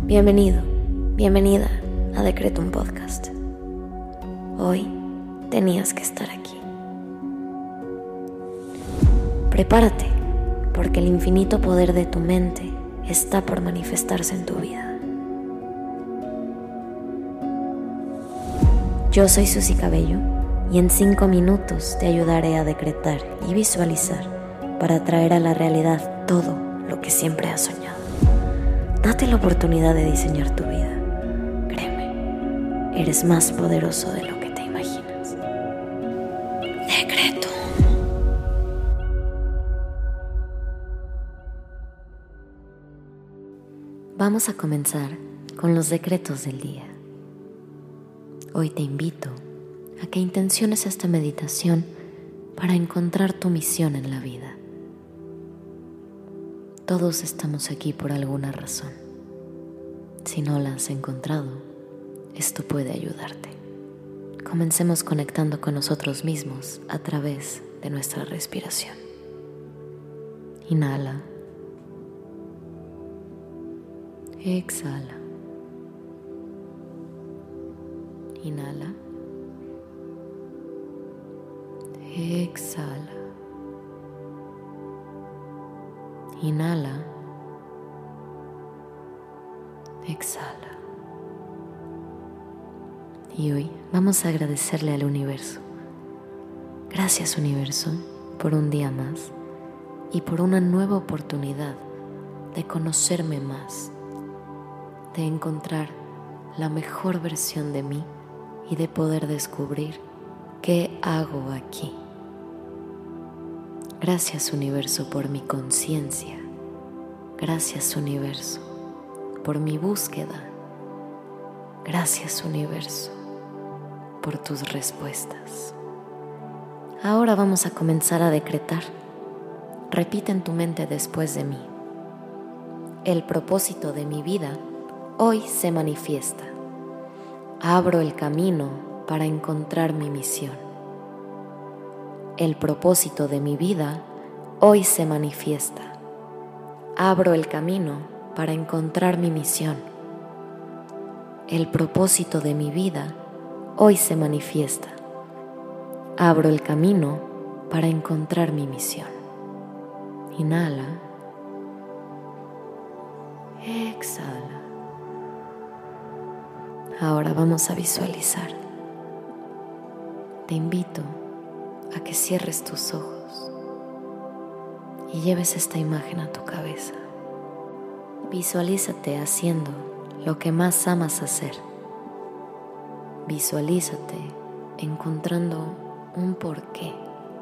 Bienvenido, bienvenida a Decretum Podcast. Hoy tenías que estar aquí. Prepárate, porque el infinito poder de tu mente está por manifestarse en tu vida. Yo soy Susi Cabello y en 5 minutos te ayudaré a decretar y visualizar para traer a la realidad todo lo que siempre has soñado. Date la oportunidad de diseñar tu vida. Créeme, eres más poderoso de lo que te imaginas. Decreto. Vamos a comenzar con los decretos del día. Hoy te invito a que intenciones esta meditación para encontrar tu misión en la vida. Todos estamos aquí por alguna razón. Si no la has encontrado, esto puede ayudarte. Comencemos conectando con nosotros mismos a través de nuestra respiración. Inhala. Exhala. Inhala. Exhala. Inhala. Exhala. Y hoy vamos a agradecerle al universo. Gracias, universo, por un día más y por una nueva oportunidad de conocerme más, de encontrar la mejor versión de mí y de poder descubrir qué hago aquí. Gracias, universo, por mi conciencia. Gracias, universo, por mi búsqueda. Gracias, universo, por tus respuestas. Ahora vamos a comenzar a decretar. Repite en tu mente después de mí. El propósito de mi vida hoy se manifiesta. Abro el camino para encontrar mi misión. El propósito de mi vida hoy se manifiesta. Abro el camino para encontrar mi misión. El propósito de mi vida hoy se manifiesta. Abro el camino para encontrar mi misión. Inhala. Exhala. Ahora vamos a visualizar. Te invito a que cierres tus ojos y lleves esta imagen a tu cabeza. Visualízate haciendo lo que más amas hacer. Visualízate encontrando un porqué.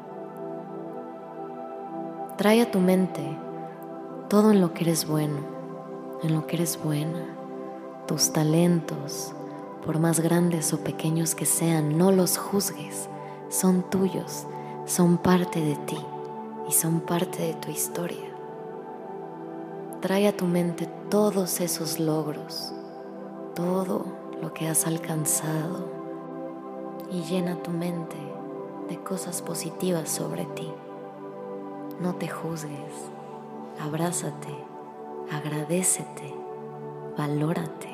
Trae a tu mente todo en lo que eres bueno, en lo que eres buena, tus talentos, por más grandes o pequeños que sean, no los juzgues. Son tuyos, son parte de ti y son parte de tu historia. Trae a tu mente todos esos logros, todo lo que has alcanzado y llena tu mente de cosas positivas sobre ti. No te juzgues, abrázate, agradécete, valórate.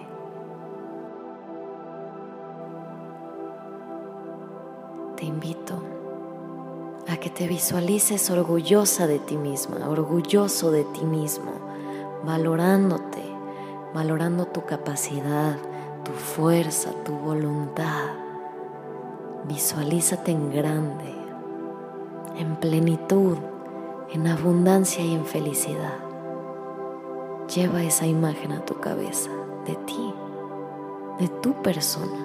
Te invito a que te visualices orgullosa de ti misma, orgulloso de ti mismo, valorándote, valorando tu capacidad, tu fuerza, tu voluntad. Visualízate en grande, en plenitud, en abundancia y en felicidad. Lleva esa imagen a tu cabeza, de ti, de tu persona.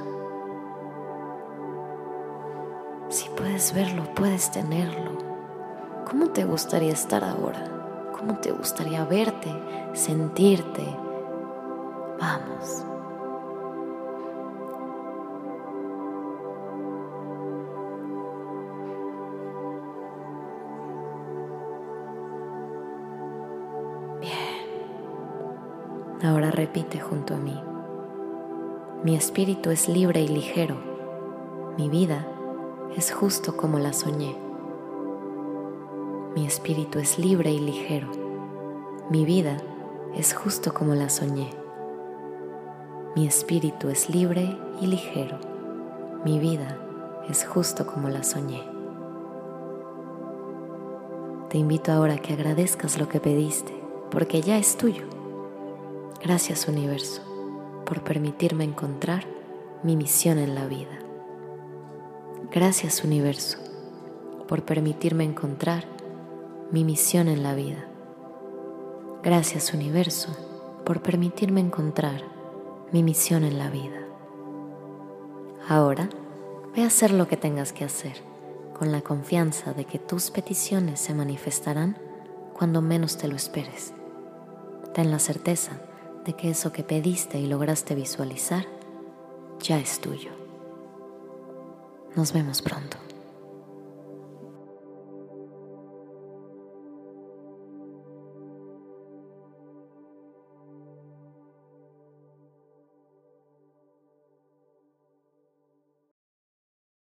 Si puedes verlo, puedes tenerlo. ¿Cómo te gustaría estar ahora? ¿Cómo te gustaría verte, sentirte? Vamos. Bien. Ahora repite junto a mí. Mi espíritu es libre y ligero. Mi vida es justo como la soñé. Mi espíritu es libre y ligero. Mi vida es justo como la soñé. Mi espíritu es libre y ligero. Mi vida es justo como la soñé. Te invito ahora a que agradezcas lo que pediste, porque ya es tuyo. Gracias, universo, por permitirme encontrar mi misión en la vida. Gracias, universo, por permitirme encontrar mi misión en la vida. Gracias, universo, por permitirme encontrar mi misión en la vida. Ahora, ve a hacer lo que tengas que hacer, con la confianza de que tus peticiones se manifestarán cuando menos te lo esperes. Ten la certeza de que eso que pediste y lograste visualizar ya es tuyo. Nos vemos pronto.